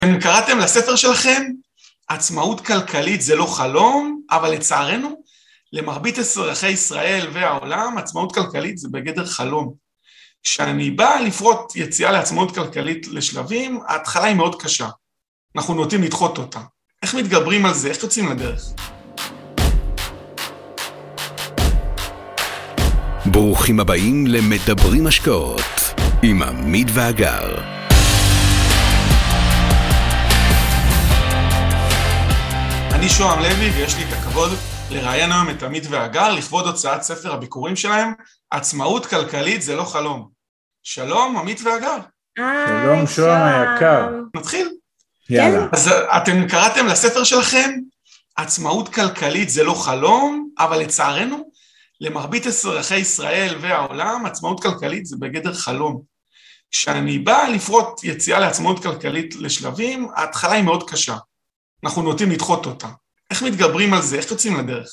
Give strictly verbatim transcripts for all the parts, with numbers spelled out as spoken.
אתם קראתם לספר שלכם, עצמאות כלכלית זה לא חלום, אבל לצערנו, למרבית אזרחי ישראל והעולם, עצמאות כלכלית זה בגדר חלום. כשאני בא לפרוט יציאה לעצמאות כלכלית לשלבים, ההתחלה היא מאוד קשה. אנחנו נוטים לדחות אותה. איך מתגברים על זה? איך יוצאים לדרך? ברוכים הבאים למדברים השקעות עם עמית ואגר. אני שוהם לוי ויש לי את הכבוד לראיין היום את עמית ואגר לכבוד הוצאת ספר הביקורים שלהם, עצמאות כלכלית זה לא חלום. שלום עמית ואגר. שלום שוהם היקר. נתחיל? יאללה. אז אתם קראתם לספר שלכם, עצמאות כלכלית זה לא חלום, אבל לצערנו, למרבית אזרחי ישראל והעולם, עצמאות כלכלית זה בגדר חלום. כשאני בא לפרוט יציאה לעצמאות כלכלית לשלבים, ההתחלה היא מאוד קשה. אנחנו נוטים לדחות אותה. איך מתגברים על זה? איך יוצאים לדרך?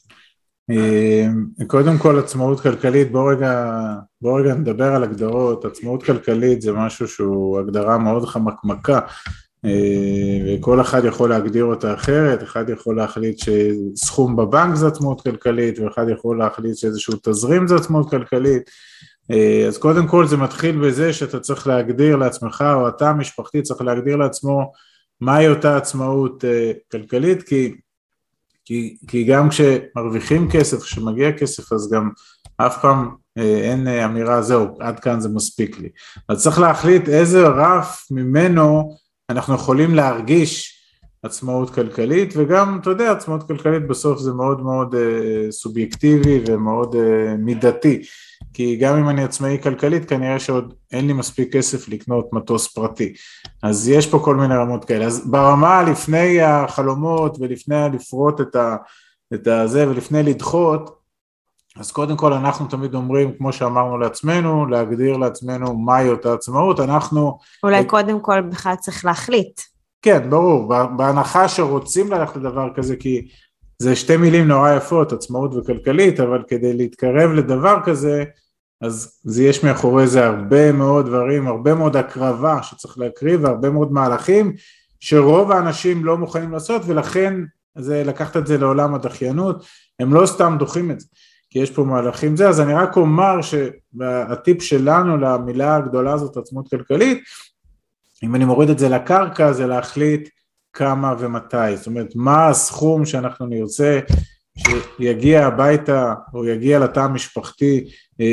קודם כל, עצמאות כלכלית, בוא רגע, בוא רגע נדבר על הגדרות. עצמאות כלכלית זה משהו שהוא הגדרה מאוד חמקמקה, וכל אחד יכול להגדיר אותה אחרת. אחד יכול להחליט שסכום בבנק זה עצמאות כלכלית, ואחד יכול להחליט שאיזשהו תזרים זה עצמאות כלכלית. אז קודם כל זה מתחיל בזה שאתה צריך להגדיר לעצמך, או אתה המשפחתי צריך להגדיר לעצמו מהי אותה עצמאות כלכלית, כי, כי, כי גם כשמרוויחים כסף, כשמגיע כסף, אז גם אף פעם אין אמירה זהו, עד כאן זה מספיק לי. אז צריך להחליט איזה רף ממנו אנחנו יכולים להרגיש עצמאות כלכלית, וגם, אתה יודע, עצמאות כלכלית בסוף זה מאוד מאוד uh, סובייקטיבי ומאוד uh, מידתי, כי גם אם אני עצמאי כלכלית, כנראה שעוד אין לי מספיק כסף לקנות מטוס פרטי. אז יש פה כל מיני רמות כאלה. אז ברמה לפני החלומות ולפני לפרוט את, ה, את הזה ולפני לדחות, אז קודם כל אנחנו תמיד אומרים, כמו שאמרנו לעצמנו, להגדיר לעצמנו מהי אותה עצמאות, אנחנו... אולי קודם כל בכלל צריך להחליט. כן, ברור, בהנחה שרוצים ללכת לדבר כזה, כי זה שתי מילים נורא יפות, עצמאות וכלכלית, אבל כדי להתקרב לדבר כזה, אז זה יש מאחורי זה הרבה מאוד דברים, הרבה מאוד הקרבה שצריך להקריב, והרבה מאוד מהלכים, שרוב האנשים לא מוכנים לעשות, ולכן זה לקחת את זה לעולם הדחיינות, הם לא סתם דוחים את זה. כי יש פה מהלכים זה, אז אני רק אומר שהטיפ שלנו למילה הגדולה הזאת, עצמאות כלכלית, אם אני מוריד את זה לקרקע, זה להחליט כמה ומתי, זאת אומרת, מה הסכום שאנחנו נרצה שיגיע הביתה, או יגיע לתא המשפחתי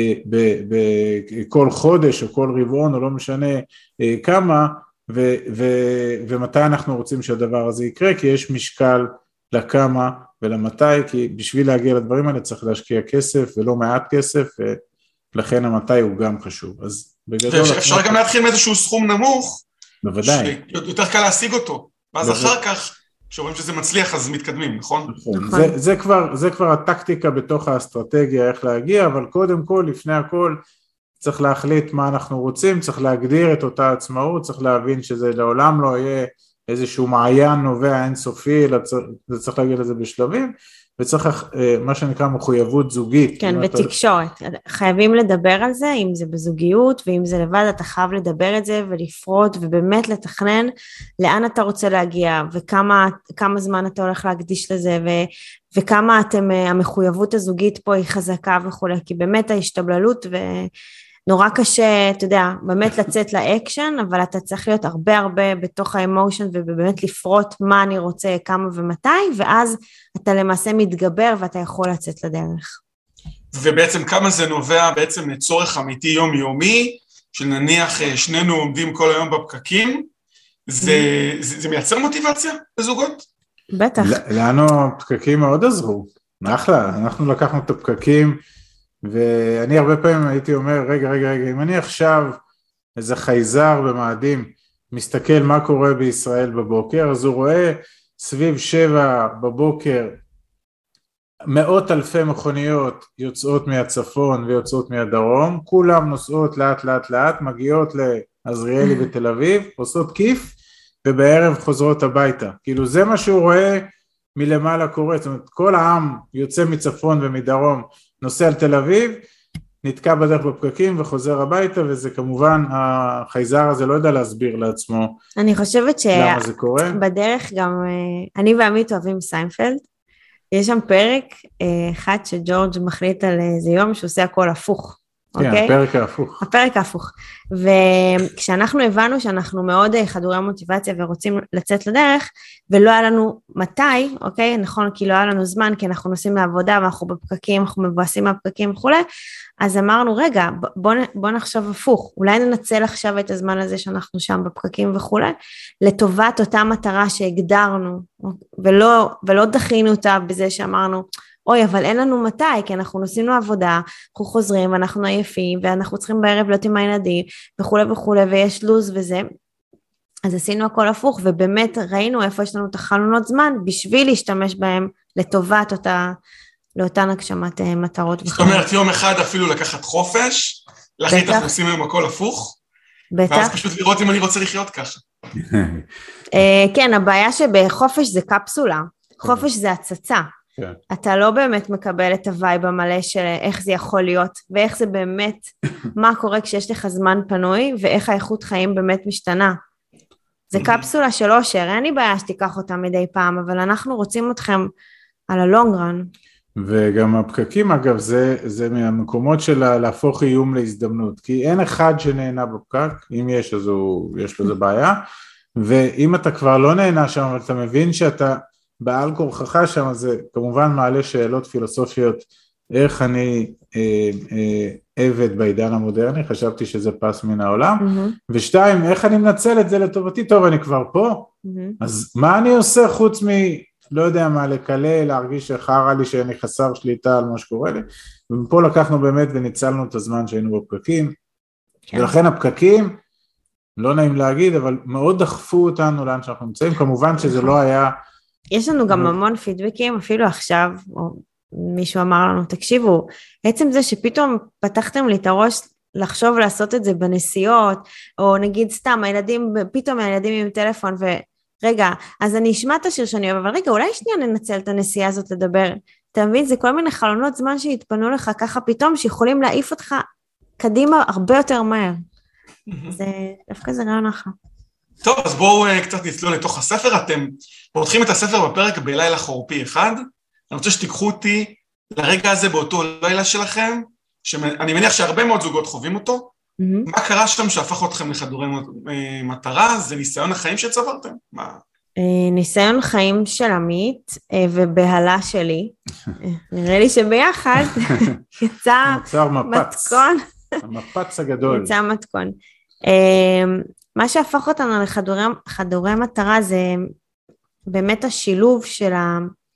בכל חודש, או כל רבעון, או לא משנה כמה, ו- ו- ומתי אנחנו רוצים שהדבר הזה יקרה, כי יש משקל לכמה ולמתי, כי בשביל להגיע לדברים האלה צריך להשקיע כסף ולא מעט כסף, ולכן המתי הוא גם חשוב. אז בגדול... אפשר גם להתחיל מאיזשהו סכום נמוך, בוודאי. שיותר קל להשיג אותו, ואז אחר כך, כשרואים שזה מצליח, אז מתקדמים, נכון? זה, זה כבר, זה כבר הטקטיקה בתוך האסטרטגיה, איך להגיע, אבל קודם כל, לפני הכל, צריך להחליט מה אנחנו רוצים, צריך להגדיר את אותה עצמאות, צריך להבין שזה לעולם לא יהיה איזשהו מעיין נובע אינסופי, זה צריך להגיד לזה בשלבים, וצריך מה שנקרא מחויבות זוגית. כן, ותקשורת. חייבים לדבר על זה, אם זה בזוגיות, ואם זה לבד, אתה חייב לדבר את זה, ולפרוט, ובאמת לתכנן לאן אתה רוצה להגיע, וכמה כמה זמן אתה הולך להקדיש לזה, ו, וכמה אתם, המחויבות הזוגית פה היא חזקה וכו', כי באמת ההשתבללות ו... נורא קשה, אתה יודע, באמת לצאת לאקשן, אבל אתה צריך להיות הרבה הרבה בתוך האמושן, ובאמת לפרוט מה אני רוצה, כמה ומתי, ואז אתה למעשה מתגבר, ואתה יכול לצאת לדרך. ובעצם כמה זה נובע בעצם לצורך אמיתי יומיומי, שנניח שנינו עומדים כל היום בפקקים, זה, זה, זה מייצר מוטיבציה לזוגות? בטח. לנו הפקקים מאוד עזרו, אחלה, אנחנו לקחנו את הפקקים, ואני הרבה פעמים הייתי אומר, רגע, רגע, רגע, אם אני עכשיו איזה חייזר במאדים, מסתכל מה קורה בישראל בבוקר, אז הוא רואה סביב שבע בבוקר, מאות אלפי מכוניות יוצאות מהצפון ויוצאות מהדרום, כולם נוסעות לאט לאט לאט, מגיעות לעזריאלי בתל אביב, עושות כיף, ובערב חוזרות הביתה. כאילו זה מה שהוא רואה מלמעלה קורה, זאת אומרת, כל העם יוצא מצפון ומדרום, נוסע על תל אביב, נתקע בדרך בפקקים וחוזר הביתה, וזה כמובן, החייזר הזה לא יודע להסביר לעצמו. אני חושבת שבדרך גם, אני ועמית אוהבים סיינפלד, יש שם פרק אחד שג'ורג' מחליט על איזה יום שהוא עושה הכל הפוך. כן, okay? הפרק ההפוך. הפרק ההפוך. וכשאנחנו הבנו שאנחנו מאוד חדורי מוטיבציה ורוצים לצאת לדרך, ולא היה לנו מתי, אוקיי? Okay? נכון, כי לא היה לנו זמן, כי אנחנו נוסעים לעבודה, ואנחנו בפקקים, אנחנו מבואסים מהפקקים וכו', אז אמרנו, רגע, בוא, בוא נחשוב הפוך, אולי ננצל עכשיו את הזמן הזה שאנחנו שם בפקקים וכו', לטובת אותה מטרה שהגדרנו, ולא, ולא דחינו אותה בזה שאמרנו, אוי, אבל אין לנו מתי, כי אנחנו נוסעים לעבודה, אנחנו חוזרים, אנחנו עייפים, ואנחנו צריכים בערב להיות עם הילדים, וכו' וכו', ויש לוז וזה. אז עשינו הכל הפוך, ובאמת ראינו איפה יש לנו את החלונות זמן, בשביל להשתמש בהם לטובת אותה, לאותן הגשמת מטרות. זאת אומרת, יום אחד אפילו לקחת חופש, להחליט אנחנו עושים היום הכל הפוך, ואז פשוט לראות אם אני רוצה לחיות ככה. כן, הבעיה שבחופש זה קפסולה, חופש זה הצצה. אתה לא באמת מקבל את הווייב המלא של איך זה יכול להיות, ואיך זה באמת, מה קורה כשיש לך זמן פנוי, ואיך האיכות חיים באמת משתנה. זה קפסולה של אושר, אין לי בעיה שתיקח אותה מדי פעם, אבל אנחנו רוצים אתכם על הלונגרן. וגם הפקקים, אגב, זה, זה מהמקומות של להפוך איום להזדמנות, כי אין אחד שנהנה בפקק, אם יש, אז הוא, יש לו זה בעיה, ואם אתה כבר לא נהנה שם, אבל אתה מבין שאתה בעל כורחך שם, זה כמובן מעלה שאלות פילוסופיות, איך אני אה, אה, עבד בעידן המודרני, חשבתי שזה פס מן העולם, mm-hmm. ושתיים, איך אני מנצל את זה לטובתי, טוב, אני כבר פה, mm-hmm. אז מה אני עושה חוץ מ... לא יודע מה, לקלל, להרגיש שחרה לי שאני חסר שליטה על מה שקורה לי, ומפה לקחנו באמת וניצלנו את הזמן שהיינו בפקקים, כן. ולכן הפקקים, לא נעים להגיד, אבל מאוד דחפו אותנו לאן שאנחנו נמצאים, כמובן שזה לא היה... יש לנו גם המון פידבקים, אפילו עכשיו, או מישהו אמר לנו, תקשיבו, עצם זה שפתאום פתחתם לי את הראש לחשוב לעשות את זה בנסיעות, או נגיד סתם, הילדים, פתאום הילדים עם טלפון ו... רגע, אז אני אשמע את השיר שאני אוהב, אבל רגע, אולי שנייה ננצל את הנסיעה הזאת לדבר. אתה מבין, זה כל מיני חלונות זמן שהתפנו לך ככה פתאום, שיכולים להעיף אותך קדימה הרבה יותר מהר. זה, דווקא זה רעיון אחר. טוב, אז בואו קצת נצלול לתוך הספר. אתם פותחים את הספר בפרק בלילה חורפי אחד. אני רוצה שתיקחו אותי לרגע הזה באותו לילה שלכם, שאני מניח שהרבה מאוד זוגות חווים אותו. מה קרה שם שהפך אתכם לחדורי מטרה? זה ניסיון החיים שצברתם? ניסיון חיים של עמית ובהלה שלי. נראה לי שביחד יצא מתכון. המפץ הגדול. יצא מתכון. מה שהפך אותנו לחדורי מטרה זה באמת השילוב של ה...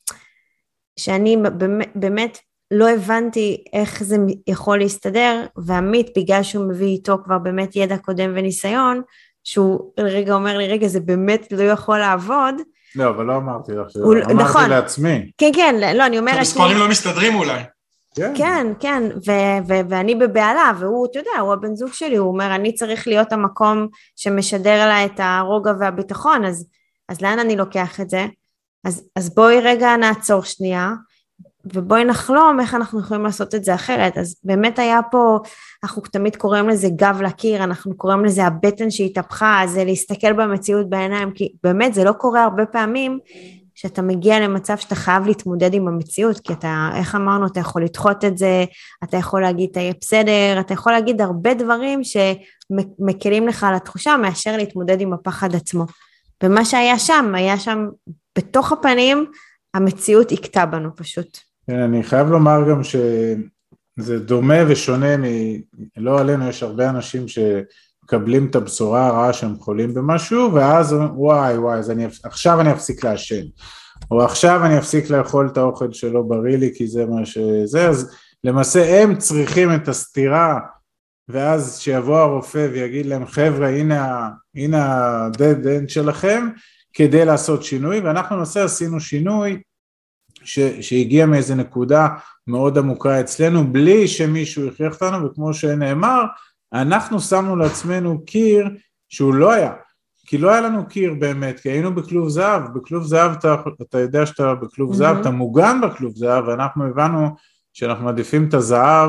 שאני באמת... לא הבנתי איך זה יכול להסתדר, ועמית, בגלל שהוא מביא איתו כבר באמת ידע קודם וניסיון, שהוא רגע אומר לי, רגע, זה באמת לא יכול לעבוד. לא, אבל לא אמרתי לך, אמרתי לעצמי. כן, כן, לא, אני אומרת... המספרים לא מסתדרים אולי. כן, כן, ואני בבעלה, והוא, אתה יודע, הוא הבן זוג שלי, הוא אומר, אני צריך להיות המקום שמשדר לה את הרוגע והביטחון, אז לאן אני לוקח את זה? אז בואי רגע נעצור שנייה, ובואי נחלום איך אנחנו יכולים לעשות את זה אחרת. אז באמת היה פה, אנחנו תמיד קוראים לזה גב לקיר, אנחנו קוראים לזה הבטן שהתהפכה, זה להסתכל במציאות בעיניים, כי באמת זה לא קורה הרבה פעמים, שאתה מגיע למצב שאתה חייב להתמודד עם המציאות, כי אתה, איך אמרנו, אתה יכול לדחות את זה, אתה יכול להגיד, תהיה בסדר, אתה יכול להגיד הרבה דברים שמקלים לך על התחושה, מאשר להתמודד עם הפחד עצמו. ומה שהיה שם, היה שם בתוך הפנים, המציאות הכתה בנו פשוט. אני חייב לומר גם שזה דומה ושונה, מ... לא עלינו, יש הרבה אנשים שמקבלים את הבשורה הרעה שהם חולים במשהו, ואז וואי וואי, אז אני, עכשיו אני אפסיק לעשן, או עכשיו אני אפסיק לאכול את האוכל שלא בריא לי, כי זה מה שזה, אז למעשה הם צריכים את הסתירה, ואז שיבוא הרופא ויגיד להם, חבר'ה, הנה, הנה ה-dead end שלכם, כדי לעשות שינוי, ואנחנו למעשה עשינו שינוי, ש, שהגיע מאיזה נקודה מאוד עמוקה אצלנו, בלי שמישהו הכריח אותנו, וכמו שנאמר, אנחנו שמנו לעצמנו קיר שהוא לא היה, כי לא היה לנו קיר באמת, כי היינו בכלוב זהב, בכלוב זהב אתה, אתה יודע שאתה בכלוב mm-hmm. זהב, אתה מוגן בכלוב זהב, ואנחנו הבנו שאנחנו מעדיפים את הזהב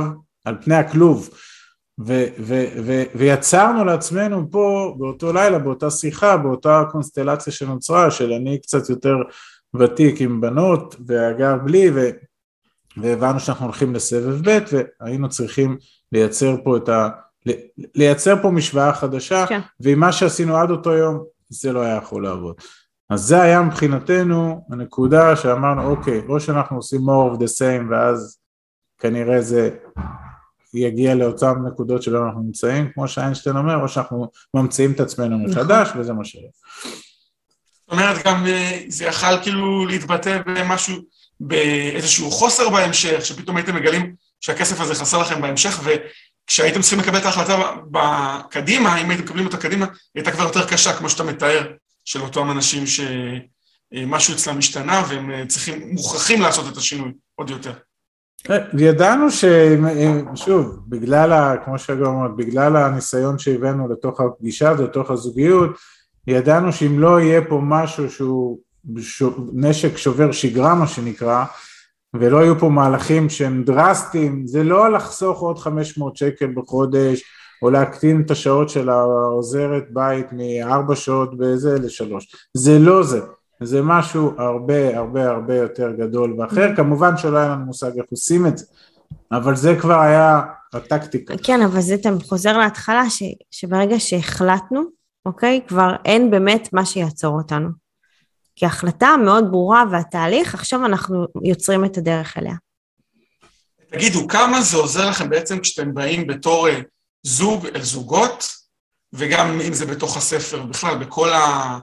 על פני הכלוב, ו, ו, ו, ויצרנו לעצמנו פה, באותו לילה, באותה שיחה, באותה קונסטלציה שנוצרה, של אני קצת יותר ותיק עם בנות, והגר בלי, ו, והבנו שאנחנו הולכים לסבב ב', והיינו צריכים לייצר פה את ה... לייצר פה משוואה חדשה, כן. ועם מה שעשינו עד אותו יום, זה לא היה יכול לעבוד. אז זה היה מבחינתנו הנקודה שאמרנו, אוקיי, או שאנחנו עושים more of the same, ואז כנראה זה יגיע לאותן נקודות שלא אנחנו נמצאים, כמו שאיינשטיין אומר, או שאנחנו ממציאים את עצמנו מחדש, וזה מה שהיה. זאת אומרת, גם זה יכל כאילו להתבטא במשהו, באיזשהו חוסר בהמשך, שפתאום הייתם מגלים שהכסף הזה חסר לכם בהמשך, וכשהייתם צריכים לקבל את ההחלטה בקדימה, אם הייתם מקבלים אותה קדימה, הייתה כבר יותר קשה, כמו שאתה מתאר, של אותם אנשים שמשהו אצלם השתנה, והם צריכים, מוכרחים לעשות את השינוי עוד יותר. ידענו ששוב, בגלל, ה, כמו שגורמות, בגלל הניסיון שהבאנו לתוך הפגישה, לתוך הזוגיות, ידענו שאם לא יהיה פה משהו שהוא נשק שובר שגרה, מה שנקרא, ולא יהיו פה מהלכים שהם דרסטיים, זה לא לחסוך עוד חמש מאות שקל בחודש, או להקטין את השעות של העוזרת בית מארבע שעות באיזה לשלוש. זה לא זה. זה משהו הרבה הרבה הרבה יותר גדול ואחר. כמובן שלא היה לנו מושג איך עושים את זה, אבל זה כבר היה הטקטיקה. כן, אבל זה אתה חוזר להתחלה, ש, שברגע שהחלטנו, אוקיי, כבר אין באמת מה שיעצור אותנו. כי ההחלטה מאוד ברורה והתהליך, עכשיו אנחנו יוצרים את הדרך אליה. תגידו, כמה זה עוזר לכם בעצם כשאתם באים בתור זוג אל זוגות, וגם אם זה בתוך הספר, בכלל בכל ה...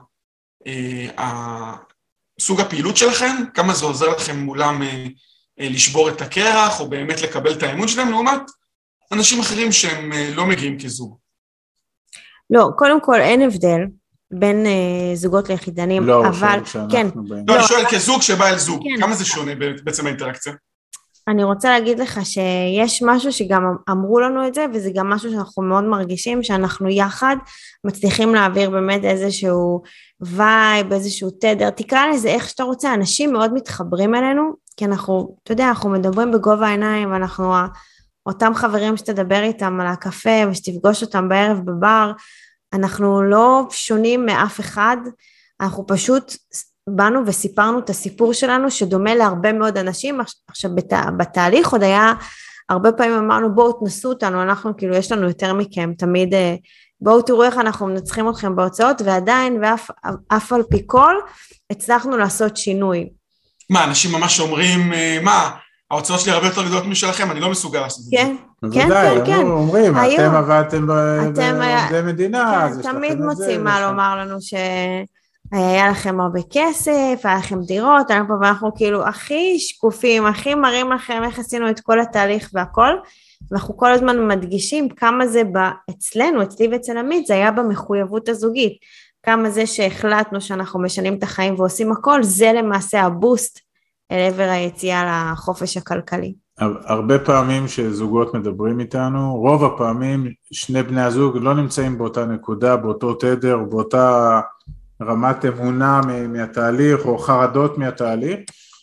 סוג הפעילות שלכם, כמה זה עוזר לכם מולם לשבור את הקרח, או באמת לקבל את האמון שלהם, לעומת אנשים אחרים שהם לא מגיעים כזוג? לא, קודם כל אין הבדל בין זוגות ליחידנים, לא, אבל... כן. לא, אני שואל כזוג שבא אל זוג, כמה זה שונה בעצם האינטראקציה? אני רוצה להגיד לך שיש משהו שגם אמרו לנו את זה, וזה גם משהו שאנחנו מאוד מרגישים, שאנחנו יחד מצליחים להעביר באמת איזשהו וייב, איזשהו תדר, תקרא לזה איך שאתה רוצה, אנשים מאוד מתחברים אלינו, כי אנחנו, אתה יודע, אנחנו מדברים בגובה העיניים, ואנחנו, אותם חברים שתדבר איתם על הקפה, ושתפגוש אותם בערב בבר, אנחנו לא שונים מאף אחד, אנחנו פשוט באנו וסיפרנו את הסיפור שלנו, שדומה להרבה מאוד אנשים. עכשיו בת, בתהליך עוד היה, הרבה פעמים אמרנו, בואו תנסו אותנו, אנחנו כאילו יש לנו יותר מכם, תמיד בואו תראו איך אנחנו מנצחים אתכם בהוצאות, ועדיין ואף אף על פי כל, הצלחנו לעשות שינוי. מה, אנשים ממש אומרים, מה, ההוצאות שלי הרבה יותר גדולות משלכם, אני לא מסוגל לעשות את זה. כן, כן, כן, כן. אומרים, אתם עבדתם בעובדי מדינה. תמיד מוצאים מה לומר לנו ש... היה לכם הרבה כסף, היה לכם דירות, ואנחנו כאילו הכי שקופים, הכי מראים לכם איך עשינו את כל התהליך והכל, ואנחנו כל הזמן מדגישים כמה זה אצלנו, אצלי ואצל עמית, זה היה במחויבות הזוגית, כמה זה שהחלטנו שאנחנו משנים את החיים ועושים הכל, זה למעשה הבוסט אל עבר היציאה לחופש הכלכלי. הרבה פעמים שזוגות מדברים איתנו, רוב הפעמים שני בני הזוג לא נמצאים באותה נקודה, באותו תדר, באותה רמת אמונה מהתהליך או חרדות מהתהליך,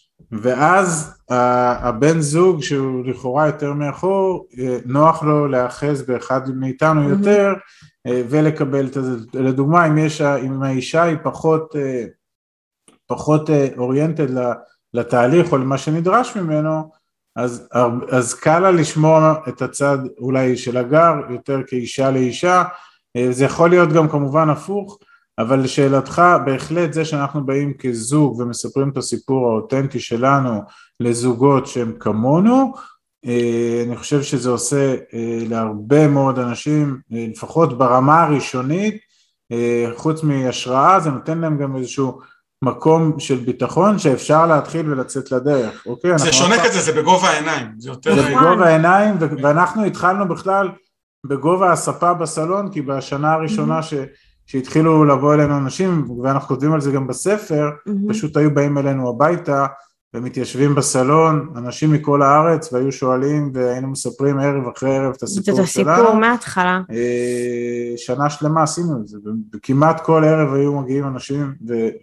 ואז הבן זוג שהוא לכאורה יותר מאחור, נוח לו לאחז באחד מאיתנו יותר, ולקבל את זה. לדוגמה, אם, יש, אם האישה היא פחות, פחות אוריינטד לתהליך או למה שנדרש ממנו, אז, אז קל לה לשמוע את הצד אולי של הגר, יותר כאישה לאישה, זה יכול להיות גם כמובן הפוך, אבל לשאלתך, בהחלט זה שאנחנו באים כזוג ומספרים את הסיפור האותנטי שלנו לזוגות שהם כמונו, אני חושב שזה עושה להרבה מאוד אנשים, לפחות ברמה הראשונית, חוץ מהשראה, זה נותן להם גם איזשהו מקום של ביטחון שאפשר להתחיל ולצאת לדרך. אוקיי? זה שונה כזה, זה בגובה העיניים. זה יותר... זה בגובה העיניים, ואנחנו התחלנו בכלל בגובה הספה בסלון, כי בשנה הראשונה ש... שהתחילו לבוא אלינו אנשים, ואנחנו כותבים על זה גם בספר, mm-hmm. פשוט היו באים אלינו הביתה, ומתיישבים בסלון, אנשים מכל הארץ, והיו שואלים, והיינו מספרים ערב אחרי ערב את הסיפור שלנו. זה הסיפור מההתחלה. שנה שלמה עשינו את זה, וכמעט כל ערב היו מגיעים אנשים,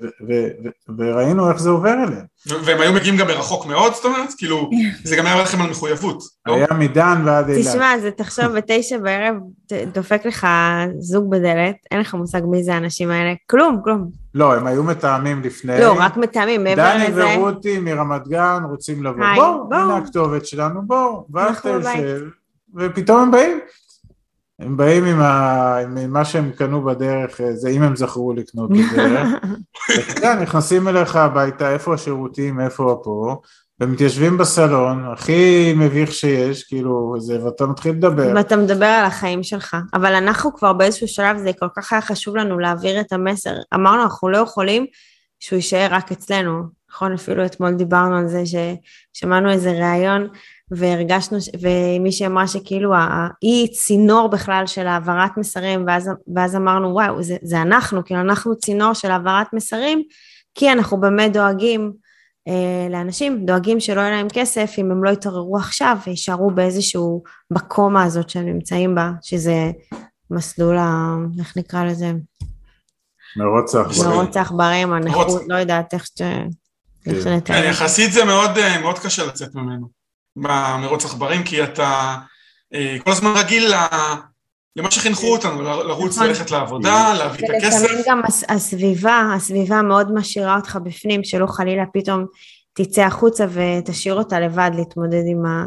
וראינו איך זה עובר אליהם. והם היו מגיעים גם ברחוק מאוד, זאת אומרת? כאילו, זה גם היה לכם על מחויבות. היה מדן ועד אילת. תשמע, זה תחשוב בתשע בערב, דופק לך זוג בדלת, אין לך מושג מי זה האנשים האלה, כלום, כלום. לא, הם היו מתאמים לפני. לא, רק מתאמים, מעבר לזה. דני ורותי מרמת גן רוצים לבוא. בואו, הנה הכתובת שלנו, בואו. ואז אתה יושב, ופתאום הם באים. הם באים עם, ה... עם מה שהם קנו בדרך, זה אם הם זכרו לקנות בדרך. וכן, נכנסים אליך הביתה, איפה השירותים, איפה פה, ומתיישבים בסלון, הכי מביך שיש, כאילו, זה, ואתה מתחיל לדבר. ואתה מדבר על החיים שלך, אבל אנחנו כבר באיזשהו שלב, זה כל כך היה חשוב לנו להעביר את המסר, אמרנו, אנחנו לא יכולים שהוא יישאר רק אצלנו, נכון, אפילו אתמול דיברנו על זה, ששמענו איזה ראיון, והרגשנו, ומי שאמרה שכאילו, היא צינור בכלל של העברת מסרים, ואז, ואז אמרנו, וואו, זה, זה אנחנו, כאילו אנחנו צינור של העברת מסרים, כי אנחנו באמת דואגים, לאנשים, דואגים שלא יהיה להם כסף, אם הם לא יתעוררו עכשיו, וישארו באיזשהו בקומה הזאת שהם נמצאים בה, שזה מסלול, איך נקרא לזה? מרוץ העכברים. מרוץ העכברים, הנכות, לא יודעת איך ש... כן, יחסית זה מאוד קשה לצאת ממנו, במרוץ העכברים, כי אתה כל הזמן רגיל למה שחינכו אותנו, לרוץ ללכת לעבודה, להביא את הכסף. ולפעמים גם הסביבה, הסביבה מאוד משאירה אותך בפנים, שלא חלילה פתאום תצא החוצה ותשאיר אותה לבד להתמודד עם ה...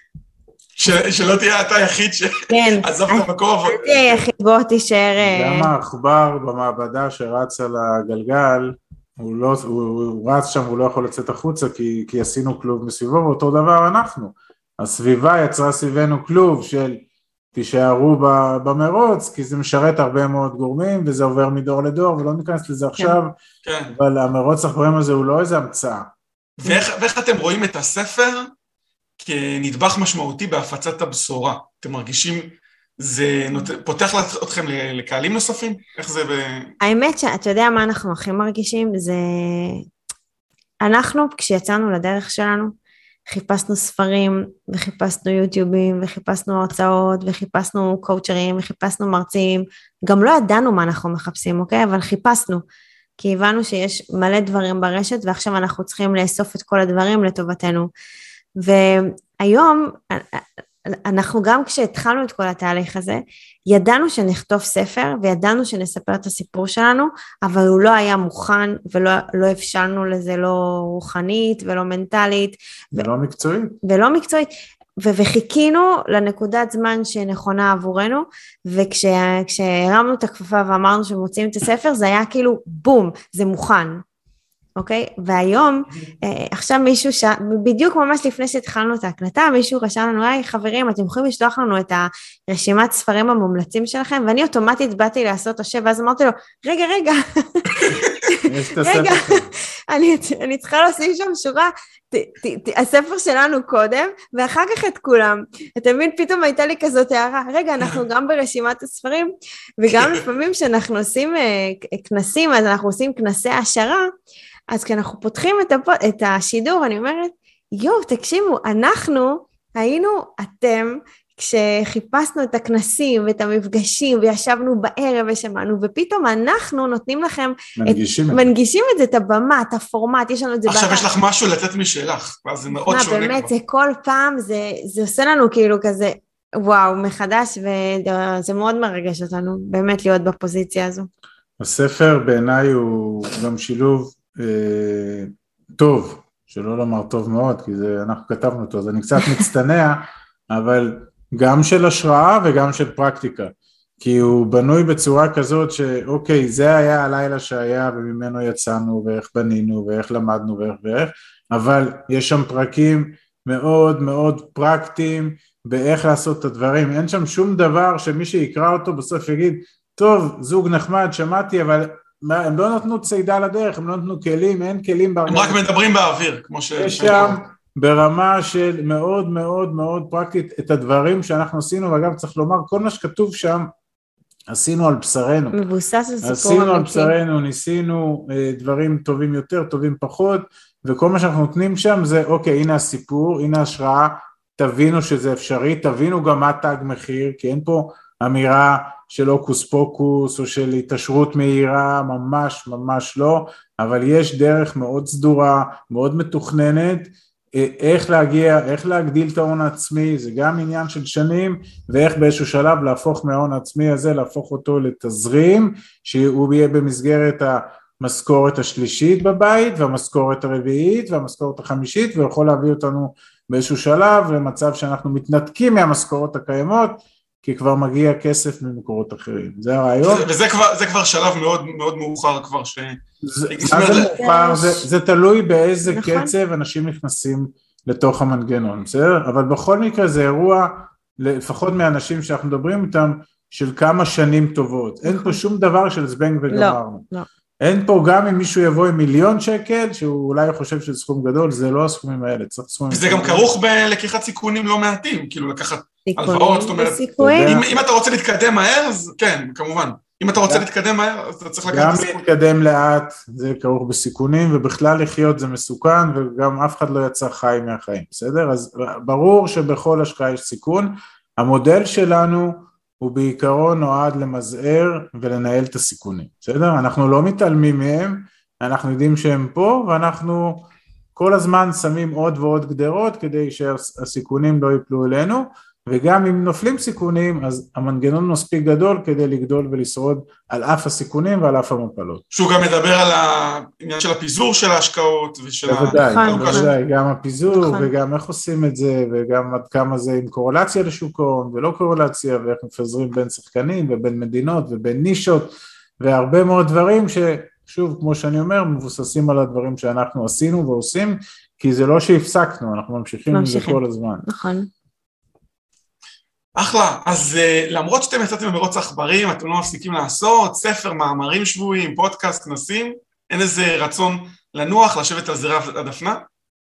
שלא תהיה אתה היחיד שעזב את המקום. אל תהיה יחיד, בוא תישאר... גם העכבר במעבדה שרץ על הגלגל, הוא, לא, הוא, הוא רץ שם, הוא לא יכול לצאת החוצה, כי, כי עשינו כלוב מסביבו, ואותו דבר אנחנו. הסביבה יצרה סביבנו כלוב של... תישארו במרוץ, כי זה משרת הרבה מאוד גורמים, וזה עובר מדור לדור, ולא ניכנס לזה עכשיו, כן. אבל המרוץ האחרונים הזה הוא לא איזה המצאה. ואיך, ואיך אתם רואים את הספר כנדבך משמעותי בהפצת הבשורה? אתם מרגישים, זה נות... פותח אתכם לקהלים נוספים? איך זה ב... האמת שאתה יודע מה אנחנו הכי מרגישים? זה... אנחנו, כשיצאנו לדרך שלנו, חיפשנו ספרים, וחיפשנו יוטיובים, וחיפשנו הרצאות, וחיפשנו קואוצ'רים, וחיפשנו מרצים, גם לא ידענו מה אנחנו מחפשים, אוקיי? אבל חיפשנו, כי הבנו שיש מלא דברים ברשת, ועכשיו אנחנו צריכים לאסוף את כל הדברים לטובתנו. והיום, אנחנו גם כשהתחלנו את כל התהליך הזה, ידענו שנכתוב ספר, וידענו שנספר את הסיפור שלנו, אבל הוא לא היה מוכן, ולא לא הבשלנו לזה לא רוחנית, ולא מנטלית. ולא ו- מקצועית. ולא מקצועית, ו- וחיכינו לנקודת זמן שנכונה עבורנו, וכשהרמנו את הכפפה ואמרנו שמוצאים את הספר, זה היה כאילו בום, זה מוכן. אוקיי? והיום, עכשיו מישהו, ש... בדיוק ממש לפני שהתחלנו את ההקלטה, מישהו רשם לנו, היי חברים, אתם יכולים לשלוח לנו את הרשימת ספרים המומלצים שלכם, ואני אוטומטית באתי לעשות השב, ואז אמרתי לו, רגע, רגע, רגע, אני, אני צריכה להוסיף שם שורה, ת, ת, ת, הספר שלנו קודם, ואחר כך את כולם. אתה מבין, פתאום הייתה לי כזאת הערה, רגע, אנחנו גם ברשימת הספרים, וגם לפעמים שאנחנו עושים כנסים, אז אנחנו עושים כנסי העשרה, אז כשאנחנו פותחים את, הפ... את השידור, אני אומרת, יו, תקשיבו, אנחנו היינו אתם, כשחיפשנו את הכנסים ואת המפגשים, וישבנו בערב ושמענו, ופתאום אנחנו נותנים לכם, מנגישים, את, את... מנגישים את זה, את הבמה, את הפורמט, יש לנו את זה. עכשיו יש לך משהו לתת משלך, ואז זה מאוד שונה. באמת, זה כל פעם, זה, זה עושה לנו כאילו כזה, וואו, מחדש, וזה מאוד מרגש אותנו, באמת להיות בפוזיציה הזו. הספר בעיניי הוא גם שילוב, אה, טוב, שלא לומר טוב מאוד, כי זה, אנחנו כתבנו אותו, אז אני קצת מצטנע, אבל גם של השראה וגם של פרקטיקה, כי הוא בנוי בצורה כזאת שאוקיי, זה היה הלילה שהיה וממנו יצאנו, ואיך בנינו, ואיך למדנו, ואיך ואיך, אבל יש שם פרקים מאוד מאוד פרקטיים, באיך לעשות את הדברים, אין שם שום דבר שמי שיקרא אותו בסוף יגיד, טוב, זוג נחמד, שמעתי, אבל הם לא נתנו צעידה לדרך, הם לא נתנו כלים, אין כלים ברמה. הם רק מדברים באוויר, כמו ש... יש שם ברמה של מאוד מאוד מאוד פרקטית את הדברים שאנחנו עשינו, ואגב צריך לומר, כל מה שכתוב שם, עשינו על בשרנו. מבוסס על סיפור אמיתי. עשינו על בשרנו, ניסינו דברים טובים יותר, טובים פחות, וכל מה שאנחנו נותנים שם זה, אוקיי, הנה הסיפור, הנה השראה, תבינו שזה אפשרי, תבינו גם מה תג מחיר, כי אין פה אמירה של אוקוס פוקוס, או של התעשרות מהירה, ממש ממש לא, אבל יש דרך מאוד סדורה, מאוד מתוכננת, איך להגיע, איך להגדיל את ההון העצמי, זה גם עניין של שנים, ואיך באיזשהו שלב להפוך מההון העצמי הזה, להפוך אותו לתזרים, שהוא יהיה במסגרת המשכורת השלישית בבית, והמשכורת הרביעית, והמשכורת החמישית, ויכול להביא אותנו באיזשהו שלב, למצב שאנחנו מתנתקים מהמשכורות הקיימות, כי כבר מגיע כסף ממקורות אחרים, זה הרעיון. וזה כבר, זה כבר שלב מאוד, מאוד מאוחר כבר ש... זה, מה זה מאוחר? זה, זה תלוי באיזה נכון. קצב אנשים נכנסים לתוך המנגנון, בסדר? אבל בכל מקרה זה אירוע, לפחות מהאנשים שאנחנו מדברים איתם, של כמה שנים טובות. נכון. אין פה שום דבר של זבנג וגמרנו. לא, לא. אין פה גם אם מישהו יבוא עם מיליון שקל, שהוא אולי חושב שזה סכום גדול, זה לא הסכומים האלה, צריך סכומים... וזה גם כרוך בלקיחת סיכונים לא מעטים, כאילו לקחת הלוואות, זאת אומרת, אם, אם אתה רוצה להתקדם מהר, אז כן, כמובן, אם אתה רוצה להתקדם מהר, אז אתה צריך לקחת גם להתקדם לאט, זה כרוך בסיכונים, ובכלל לחיות זה מסוכן, וגם אף אחד לא יצא חי מהחיים, בסדר? אז ברור שבכל השקעה יש סיכון, המודל שלנו הוא בעיקרון נועד למזער ולנהל את הסיכונים, בסדר? אנחנו לא מתעלמים מהם, אנחנו יודעים שהם פה, ואנחנו כל הזמן שמים עוד ועוד גדרות, כדי שהסיכונים לא ייפלו אלינו, וגם אם נופלים סיכונים, אז המנגנון מספיק גדול כדי לגדול ולשרוד על אף הסיכונים ועל אף המפלות. שהוא גם מדבר על העניין של הפיזור של ההשקעות ושל... בוודאי, בוודאי, גם הפיזור וגם איך עושים את זה, וגם עד כמה זה עם קורלציה לשוק ההון ולא קורלציה, ואיך מפזרים בין שחקנים ובין מדינות ובין נישות, והרבה מאוד דברים ששוב, כמו שאני אומר, מבוססים על הדברים שאנחנו עשינו ועושים, כי זה לא שהפסקנו, אנחנו ממשיכים עם זה כל הזמן. נכון. אחלה, אז uh, למרות שאתם יצאתם במרוץ עכברים, אתם לא מפסיקים לעשות, ספר, מאמרים שבועים, פודקאסט, כנסים, אין איזה רצון לנוח, לשבת על זרי הדפנה?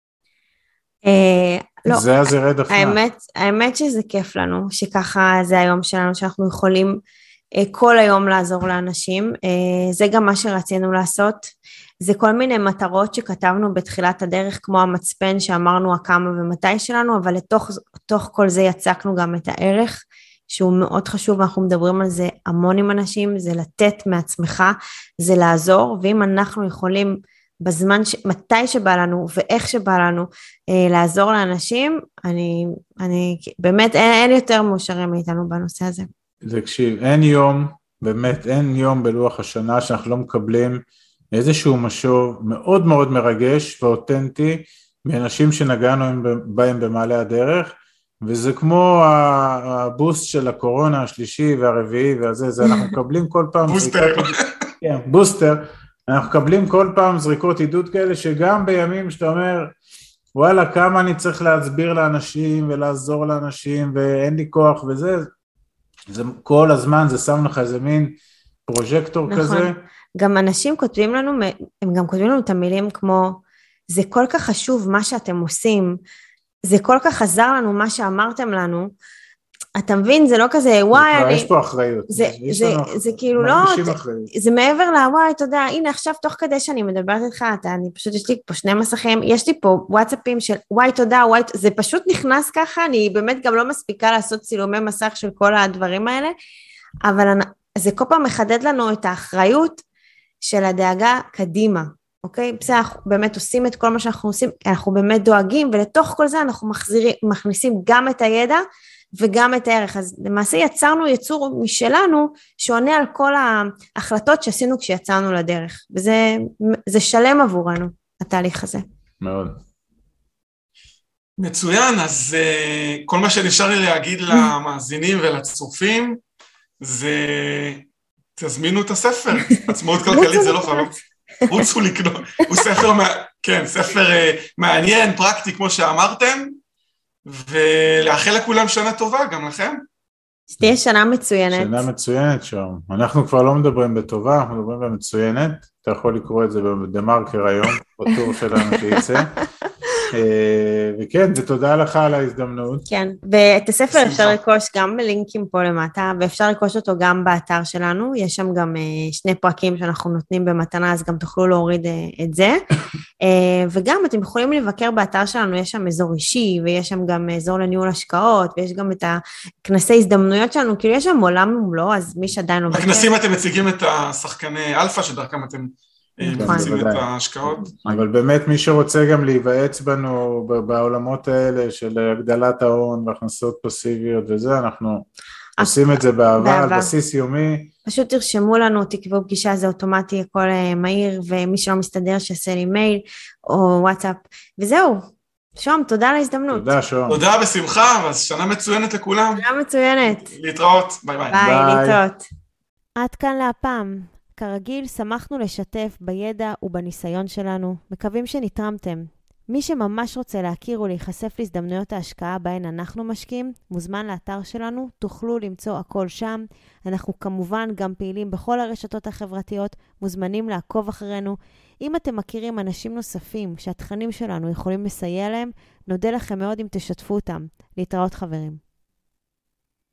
לא, זה הזרי דפנה. האמת, האמת שזה כיף לנו, שככה זה היום שלנו, שאנחנו יכולים כל היום לעזור לאנשים, זה גם מה שרצינו לעשות, זה כל מיני מטרות שכתבנו בתחילת הדרך, כמו המצפן שאמרנו הכמה ומתי שלנו, אבל לתוך תוך כל זה יצקנו גם את הערך, שהוא מאוד חשוב, אנחנו מדברים על זה המון עם אנשים, זה לתת מעצמך, זה לעזור, ואם אנחנו יכולים בזמן, ש... מתי שבא לנו ואיך שבא לנו אה, לעזור לאנשים, אני, אני באמת אין, אין יותר מאושרים מאיתנו בנושא הזה. תקשיב, אין יום, באמת אין יום בלוח השנה שאנחנו לא מקבלים איזשהו משוב מאוד מאוד מרגש ואותנטי, מאנשים שנגענו בהם במעלה הדרך, וזה כמו הבוסט של הקורונה השלישי והרביעי והזה, זה אנחנו מקבלים כל פעם... בוסטר. כן, בוסטר. אנחנו מקבלים כל פעם זריקות עידוד כאלה, שגם בימים שאתה אומר, וואלה, כמה אני צריך להסביר לאנשים ולעזור לאנשים, ואין לי כוח וזה, זה כל הזמן, זה שם לך איזה מין פרוז'קטור נכון. כזה. גם אנשים כותבים לנו, הם גם כותבים לנו את המילים כמו, זה כל כך חשוב מה שאתם עושים, זה כל כך עזר לנו מה שאמרתם לנו, אתה מבין, זה לא כזה, וואי, אני... יש פה אחריות. זה, זה, זה כאילו לא... זה מעבר לה, וואי, אתה יודע, הנה עכשיו תוך כדי שאני מדברת איתך, אתה, אני פשוט, יש לי פה שני מסכים, יש לי פה וואטסאפים של, וואי, תודה, וואי, זה פשוט נכנס ככה, אני באמת גם לא מספיקה לעשות צילומי מסך של כל הדברים האלה, אבל זה כל פעם מחדד לנו את האחריות של הדאגה קדימה, אוקיי? בסדר, אנחנו באמת עושים את כל מה שאנחנו עושים, אנחנו באמת דואגים, ולתוך כל זה אנחנו מחזירים, מכניסים גם את הידע, וגם את הערך, אז למעשה יצרנו יצור משלנו, שעונה על כל ההחלטות שעשינו כשיצאנו לדרך, וזה זה שלם עבורנו, התהליך הזה. מאוד. מצוין, אז uh, כל מה שנשאר לי להגיד למאזינים ולצופים, זה תזמינו את הספר, עצמאות כלכלית זה לא חלום, רוצו לקנות, הוא ספר, כן, ספר uh, מעניין, פרקטי כמו שאמרתם, ולאחל לכולם שנה טובה, גם לכם. שתהיה שנה מצוינת. שנה מצוינת שם. אנחנו כבר לא מדברים בטובה, אנחנו מדברים במצוינת. אתה יכול לקרוא את זה בדמרקר היום, בטור שלנו שיצא. וכן, ותודה לך על ההזדמנות. כן, ואת הספר אפשר לרכוש גם בלינקים פה למטה, ואפשר לרכוש אותו גם באתר שלנו, יש שם גם שני פרקים שאנחנו נותנים במתנה, אז גם תוכלו להוריד את זה, וגם אתם יכולים לבקר באתר שלנו, יש שם אזור אישי, ויש שם גם אזור לניהול השקעות, ויש גם את הכנסי הזדמנויות שלנו, כאילו יש שם עולם ומלוא, אז מי שעדיין לא... בכנסים אתם מציגים את השחקני אלפא, שדרכם אתם... מציגים את ההשקעות. אבל באמת מי שרוצה גם להיוועץ בנו בעולמות האלה של הגדלת ההון והכנסות פסיביות וזה, אנחנו עושים את זה באהבה, על בסיס יומי. פשוט תרשמו לנו, תקבעו פגישה, זה אוטומטי, הכל מהיר, ומי שלא מסתדר שיעשה לי מייל או וואטסאפ, וזהו. שום, תודה על ההזדמנות. תודה, שום. תודה, בשמחה, אז שנה מצוינת לכולם. שנה מצוינת. להתראות, ביי ביי. ביי, להתראות. עד כאן להפעם. כרגיל, שמחנו לשתף בידע ובניסיון שלנו, מקווים שנתרמתם. מי שממש רוצה להכיר ולהיחשף להזדמנויות ההשקעה בהן אנחנו משקיעים, מוזמן לאתר שלנו, תוכלו למצוא הכל שם. אנחנו כמובן גם פעילים בכל הרשתות החברתיות, מוזמנים לעקוב אחרינו. אם אתם מכירים אנשים נוספים שהתכנים שלנו יכולים לסייע להם, נודה לכם מאוד אם תשתפו אותם. להתראות חברים.